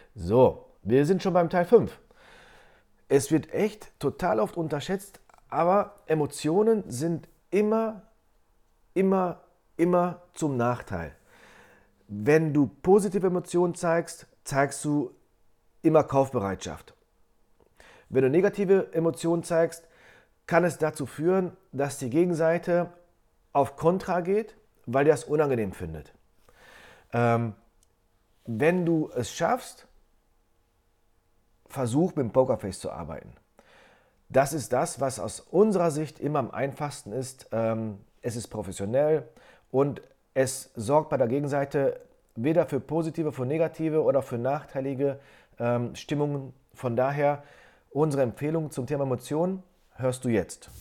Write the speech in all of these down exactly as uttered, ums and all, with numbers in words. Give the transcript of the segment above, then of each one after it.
So, wir sind schon beim Teil fünf. Es wird echt total oft unterschätzt, aber Emotionen sind immer, immer, immer zum Nachteil. Wenn du positive Emotionen zeigst, zeigst du immer Kaufbereitschaft. Wenn du negative Emotionen zeigst, kann es dazu führen, dass die Gegenseite auf Kontra geht, weil der es unangenehm findet. Ähm, wenn du es schaffst, versuch mit dem Pokerface zu arbeiten. Das ist das, was aus unserer Sicht immer am einfachsten ist. Ähm, es ist professionell und es sorgt bei der Gegenseite weder für positive, für negative oder für nachteilige ähm, Stimmungen. Von daher unsere Empfehlung zum Thema Emotionen hörst du jetzt.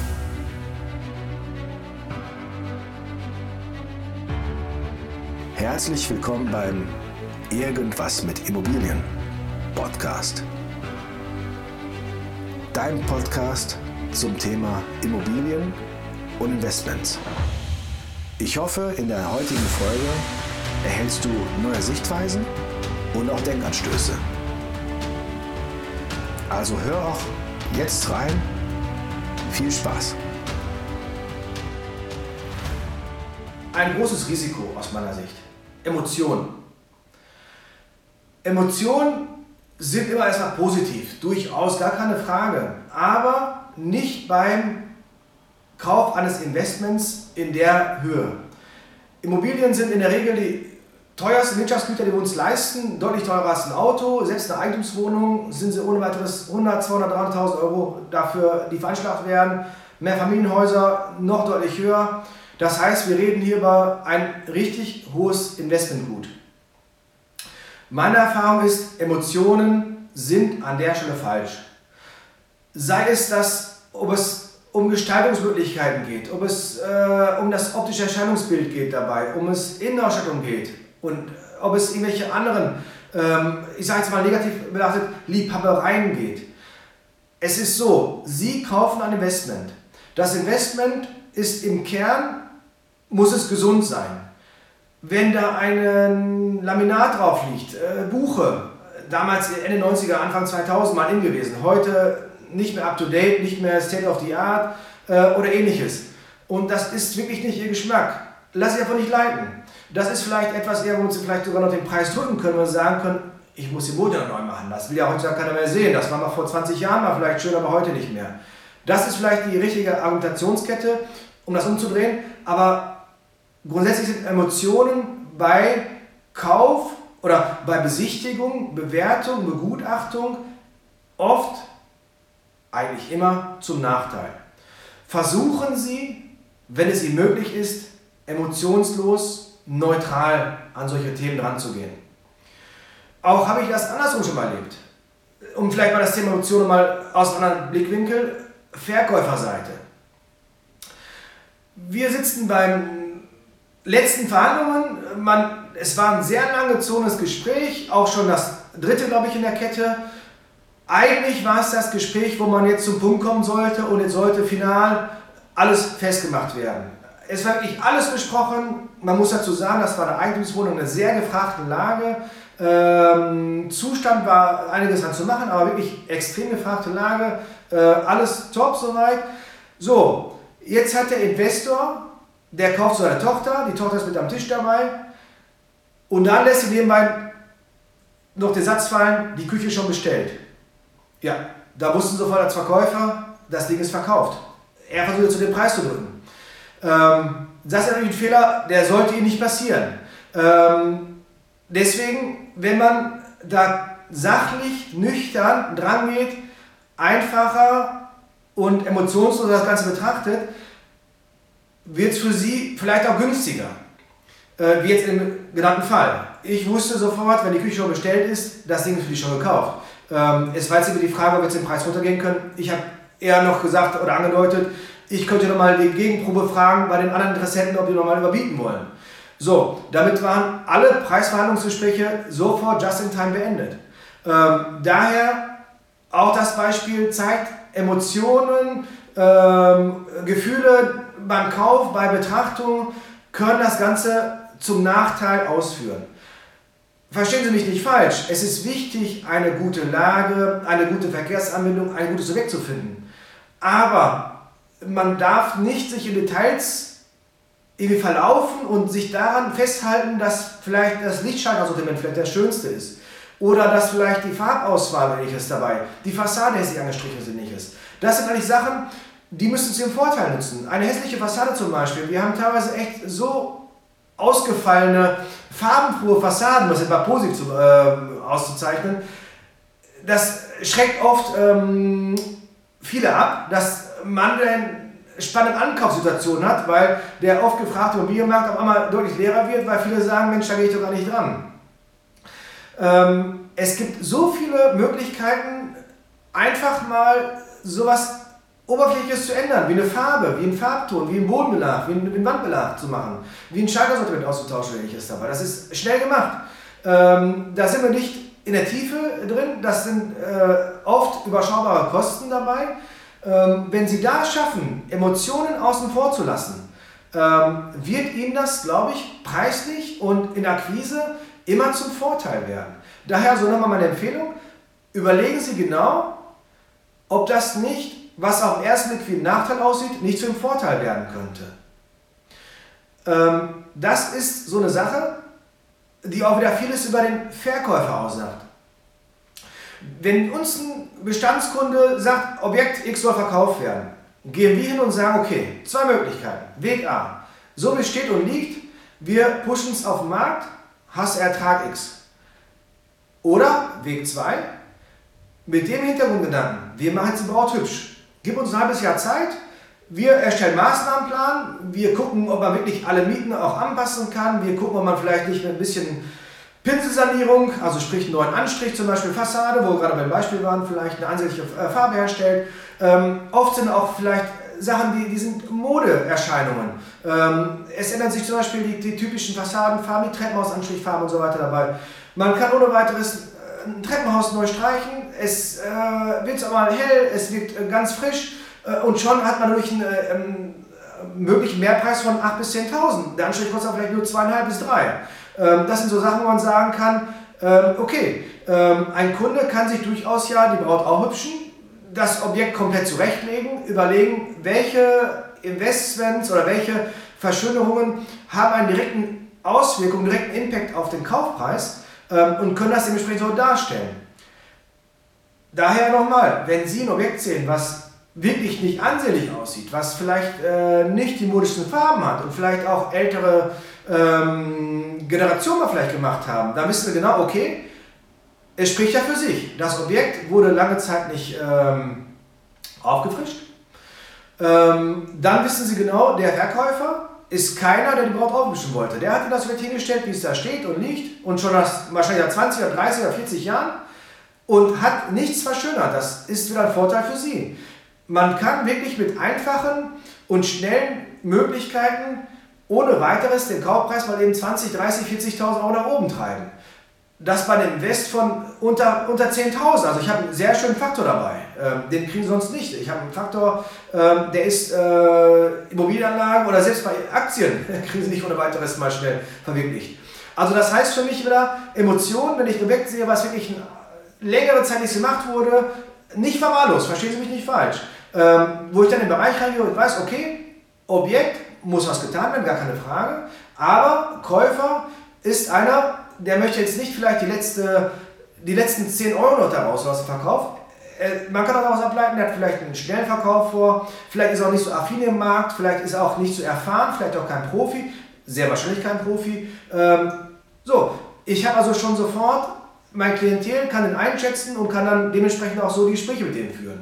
Herzlich willkommen beim Irgendwas mit Immobilien Podcast. Dein Podcast zum Thema Immobilien und Investments. Ich hoffe, in der heutigen Folge erhältst du neue Sichtweisen und auch Denkanstöße. Also hör auch jetzt rein. Viel Spaß. Ein großes Risiko aus meiner Sicht. Emotionen. Emotionen sind immer erstmal positiv, durchaus, gar keine Frage. Aber nicht beim Kauf eines Investments in der Höhe. Immobilien sind in der Regel die teuersten Wirtschaftsgüter, die wir uns leisten. Deutlich teurer als ein Auto. Selbst eine Eigentumswohnung sind sie ohne weiteres hundert, zweihundert, dreihunderttausend Euro dafür, die veranschlagt werden. Mehrfamilienhäuser noch deutlich höher. Das heißt, wir reden hier über ein richtig hohes Investmentgut. Meine Erfahrung ist, Emotionen sind an der Stelle falsch. Sei es, dass, ob es um Gestaltungsmöglichkeiten geht, ob es äh, um das optische Erscheinungsbild geht dabei, um es Innenausstattung geht und ob es irgendwelche anderen, ähm, ich sage jetzt mal negativ betrachtet, Liebhabereien geht. Es ist so, Sie kaufen ein Investment. Das Investment ist im Kern, muss es gesund sein. Wenn da ein Laminat drauf liegt, äh, Buche, damals Ende neunziger, Anfang zweitausend mal in gewesen, heute nicht mehr up to date, nicht mehr state of the art äh, oder ähnliches. Und das ist wirklich nicht Ihr Geschmack. Lass Sie einfach nicht leiten. Das ist vielleicht etwas eher, wo Sie vielleicht sogar noch den Preis drücken können und sagen können, ich muss den Boden neu machen. Das will ja heutzutage keiner mehr sehen. Das war mal vor zwanzig Jahren mal vielleicht schön, aber heute nicht mehr. Das ist vielleicht die richtige Argumentationskette, um das umzudrehen. Aber grundsätzlich sind Emotionen bei Kauf oder bei Besichtigung, Bewertung, Begutachtung oft, eigentlich immer zum Nachteil. Versuchen Sie, wenn es Ihnen möglich ist, emotionslos, neutral an solche Themen ranzugehen. Auch habe ich das andersrum schon mal erlebt. Um vielleicht mal das Thema Emotionen mal aus einem anderen Blickwinkel, Verkäuferseite. Wir sitzen beim letzten Verhandlungen, man, es war ein sehr lang gezogenes Gespräch, auch schon das dritte, glaube ich, in der Kette. Eigentlich war es das Gespräch, wo man jetzt zum Punkt kommen sollte und jetzt sollte final alles festgemacht werden. Es war wirklich alles besprochen. Man muss dazu sagen, das war eine Eigentumswohnung in einer sehr gefragten Lage. Ähm, Zustand war einiges an zu machen, aber wirklich extrem gefragte Lage. Äh, alles top soweit. So, jetzt hat der Investor, der kauft seine Tochter, die Tochter ist mit am Tisch dabei und dann lässt sie nebenbei noch den Satz fallen, die Küche ist schon bestellt. Ja, da wussten sofort als Verkäufer, das Ding ist verkauft. Er versucht zu den Preis zu drücken. Ähm, das ist natürlich ein Fehler, der sollte Ihnen nicht passieren. Ähm, deswegen, wenn man da sachlich, nüchtern dran geht, einfacher und emotionslos das Ganze betrachtet, wird es für Sie vielleicht auch günstiger, äh, wie jetzt im genannten Fall. Ich wusste sofort, wenn die Küche schon bestellt ist, das Ding ist für die schon gekauft. Ähm, es war jetzt über die Frage, ob wir jetzt den Preis runtergehen können. Ich habe eher noch gesagt oder angedeutet, ich könnte nochmal die Gegenprobe fragen bei den anderen Interessenten, ob die nochmal überbieten wollen. So, damit waren alle Preisverhandlungsgespräche sofort just in time beendet. Ähm, daher auch das Beispiel zeigt, Emotionen, ähm, Gefühle beim Kauf, bei Betrachtung können das Ganze zum Nachteil ausführen. verstehen Sie mich nicht falsch, es ist wichtig, eine gute Lage, eine gute Verkehrsanbindung, ein gutes Objekt zu finden. Aber man darf nicht sich in Details irgendwie verlaufen und sich daran festhalten, dass vielleicht das Lichtschaltersortiment vielleicht das schönste ist. Oder dass vielleicht die Farbauswahl nicht ist dabei, die Fassade hässlich angestrichen ist nicht ist. Das sind eigentlich Sachen, die müssen Sie im Vorteil nutzen. Eine hässliche Fassade zum Beispiel, wir haben teilweise echt so ausgefallene, farbenfrohe Fassaden, was etwa positiv zu, äh, auszuzeichnen, das schreckt oft ähm, viele ab, dass man eine spannende Ankaufssituation hat, weil der oft gefragte Immobilienmarkt auf einmal deutlich leerer wird, weil viele sagen, Mensch, da gehe ich doch gar nicht dran. Ähm, es gibt so viele Möglichkeiten, einfach mal sowas Oberflächliches zu ändern, wie eine Farbe, wie ein Farbton, wie ein Bodenbelag, wie ein Wandbelag zu machen, wie ein Schaltersortiment auszutauschen, wenn ich es dabei. Das ist schnell gemacht. Ähm, da sind wir nicht in der Tiefe drin, das sind äh, oft überschaubare Kosten dabei. Ähm, wenn Sie da schaffen, Emotionen außen vor zu lassen, ähm, wird Ihnen das, glaube ich, preislich und in der Akquise immer zum Vorteil werden. Daher so nochmal meine Empfehlung, überlegen Sie genau, ob das nicht, was auf den ersten Blick wie ein Nachteil aussieht, nicht zum Vorteil werden könnte. Ähm, das ist so eine Sache, die auch wieder vieles über den Verkäufer aussagt. Wenn uns ein Bestandskunde sagt, Objekt X soll verkauft werden, gehen wir hin und sagen, okay, zwei Möglichkeiten. Weg A, so wie es steht und liegt, wir pushen es auf den Markt, hast Ertrag X. Oder Weg zwei, mit dem Hintergrundgedanken, wir machen jetzt die Braut hübsch. Gib uns ein halbes Jahr Zeit, wir erstellen einen Maßnahmenplan, wir gucken, ob man wirklich alle Mieten auch anpassen kann, wir gucken, ob man vielleicht nicht mit ein bisschen Pinselsanierung, also sprich einen neuen Anstrich, zum Beispiel Fassade, wo wir gerade beim Beispiel waren, vielleicht eine ansehnliche Farbe herstellt. Ähm, oft sind auch vielleicht Sachen, die, die sind Modeerscheinungen. Ähm, es ändern sich zum Beispiel die, die typischen Fassadenfarben, die Treppenhausanstrichfarben und so weiter dabei. Man kann ohne weiteres ein Treppenhaus neu streichen, es äh, wird aber mal hell, es wird äh, ganz frisch äh, und schon hat man durch einen äh, ähm, möglichen Mehrpreis von acht bis zehntausend. Der Anstrich kostet vielleicht nur zwei Komma fünf bis drei. Ähm, das sind so Sachen, wo man sagen kann, ähm, okay, ähm, ein Kunde kann sich durchaus ja die Braut auch hübschen, das Objekt komplett zurechtlegen, überlegen, welche Investments oder welche Verschönerungen haben einen direkten Auswirkung, direkten Impact auf den Kaufpreis und können das dementsprechend so darstellen. Daher nochmal, wenn Sie ein Objekt sehen, was wirklich nicht ansehnlich aussieht, was vielleicht äh, nicht die modischsten Farben hat und vielleicht auch ältere ähm, Generationen vielleicht gemacht haben, dann wissen wir genau, okay, es spricht ja für sich. Das Objekt wurde lange Zeit nicht ähm, aufgefrischt. Ähm, dann wissen Sie genau, der Verkäufer ist keiner, der die Braut aufmischen wollte. Der hat das Objekt hingestellt, wie es da steht und liegt und schon das wahrscheinlich seit zwanzig oder dreißig oder vierzig Jahren und hat nichts verschönert. Das ist wieder ein Vorteil für Sie. Man kann wirklich mit einfachen und schnellen Möglichkeiten ohne weiteres den Kaufpreis mal eben zwanzig, dreißig, vierzigtausend Euro nach oben treiben. Das bei einem Invest von unter, unter zehntausend. Also ich habe einen sehr schönen Faktor dabei. Ähm, den kriegen Sie sonst nicht. Ich habe einen Faktor, ähm, der ist äh, Immobilienanlagen oder selbst bei Aktien kriegen Sie nicht ohne weiteres mal schnell verwirklicht. Also das heißt für mich wieder Emotionen, wenn ich ein Objekt sehe, was wirklich eine längere Zeit nicht gemacht wurde, nicht verwahrlost, verstehen Sie mich nicht falsch. Ähm, wo ich dann in den Bereich reingehe und weiß, okay, Objekt muss was getan werden, gar keine Frage, aber Käufer ist einer, der möchte jetzt nicht vielleicht die, letzte, die letzten zehn Euro noch daraus aus dem Verkauf. Äh, man kann auch daraus ableiten, der hat vielleicht einen schnellen Verkauf vor, vielleicht ist er auch nicht so affin im Markt, vielleicht ist er auch nicht so erfahren, vielleicht auch kein Profi, sehr wahrscheinlich kein Profi. Ähm, so, ich habe also schon sofort mein Klientel, kann den einschätzen und kann dann dementsprechend auch so die Gespräche mit denen führen.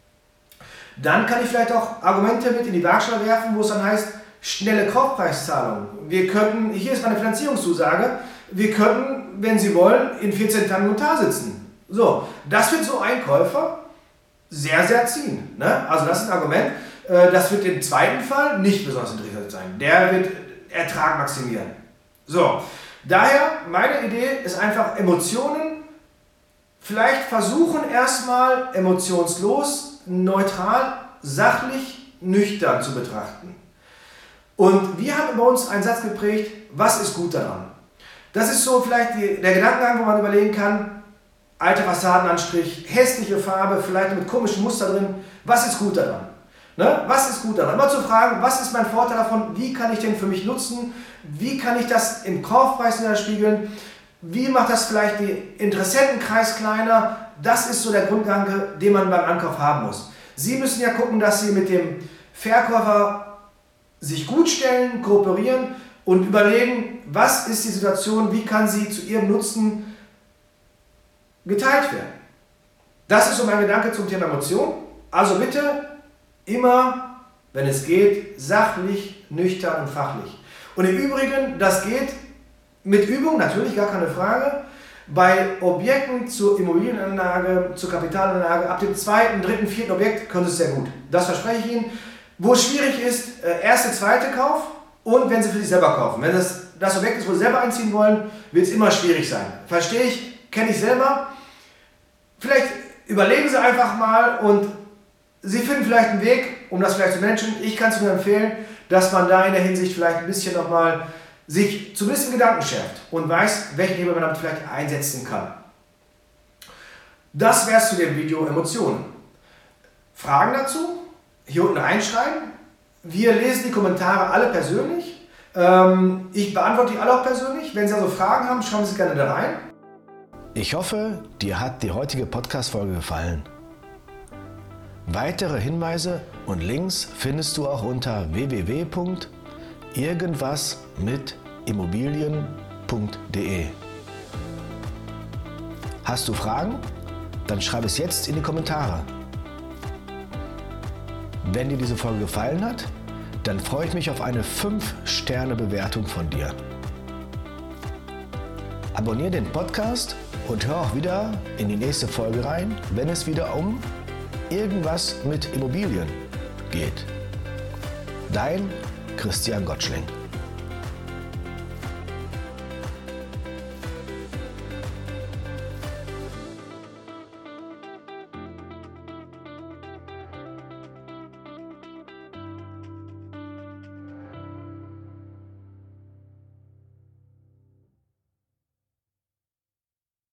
Dann kann ich vielleicht auch Argumente mit in die Waagschale werfen, wo es dann heißt, schnelle Kaufpreiszahlung. Wir könnten, hier ist meine Finanzierungszusage, wir könnten, wenn Sie wollen, in vierzehn Tagen Notar sitzen. So, das wird so ein Käufer sehr, sehr ziehen. Ne? Also das ist ein Argument, das wird im zweiten Fall nicht besonders interessant sein. Der wird Ertrag maximieren. So, daher, meine Idee ist einfach Emotionen, vielleicht versuchen erstmal emotionslos, neutral, sachlich, nüchtern zu betrachten. Und wir haben bei uns einen Satz geprägt, was ist gut daran? Das ist so vielleicht die, der Gedankengang, wo man überlegen kann, alter Fassadenanstrich, hässliche Farbe, vielleicht mit komischen Muster drin, was ist gut daran? Ne? Was ist gut daran? Immer zu fragen, was ist mein Vorteil davon, wie kann ich den für mich nutzen, wie kann ich das im Kaufpreis widerspiegeln, wie macht das vielleicht den Interessentenkreis kleiner, das ist so der Grundgedanke, den man beim Ankauf haben muss. Sie müssen ja gucken, dass Sie mit dem Verkäufer sich gut stellen, kooperieren und überlegen, was ist die Situation, wie kann sie zu Ihrem Nutzen geteilt werden. Das ist so mein Gedanke zum Thema Emotion. Also bitte immer, wenn es geht, sachlich, nüchtern und fachlich. Und im Übrigen, das geht mit Übung, natürlich gar keine Frage, bei Objekten zur Immobilienanlage, zur Kapitalanlage, ab dem zweiten, dritten, vierten Objekt können Sie es sehr gut. Das verspreche ich Ihnen. Wo es schwierig ist, erste, zweite Kauf und wenn Sie für sich selber kaufen. Wenn das das Objekt ist, wo Sie selber einziehen wollen, wird es immer schwierig sein. Verstehe ich, kenne ich selber. Vielleicht überlegen Sie einfach mal und Sie finden vielleicht einen Weg, um das vielleicht zu managen. Ich kann es nur empfehlen, dass man da in der Hinsicht vielleicht ein bisschen nochmal sich zumindest im Gedanken schärft und weiß, welchen Hebel man damit vielleicht einsetzen kann. Das wäre es zu dem Video Emotionen. Fragen dazu? Hier unten reinschreiben. Wir lesen die Kommentare alle persönlich. Ähm, ich beantworte die alle auch persönlich. Wenn Sie also Fragen haben, schreiben Sie gerne da rein. Ich hoffe, dir hat die heutige Podcast-Folge gefallen. Weitere Hinweise und Links findest du auch unter w w w punkt irgendwas mit immobilien punkt de. Hast du Fragen? Dann schreib es jetzt in die Kommentare. Wenn dir diese Folge gefallen hat, dann freue ich mich auf eine fünf Sterne Bewertung von dir. Abonniere den Podcast und hör auch wieder in die nächste Folge rein, wenn es wieder um irgendwas mit Immobilien geht. Dein Christian Gottschling.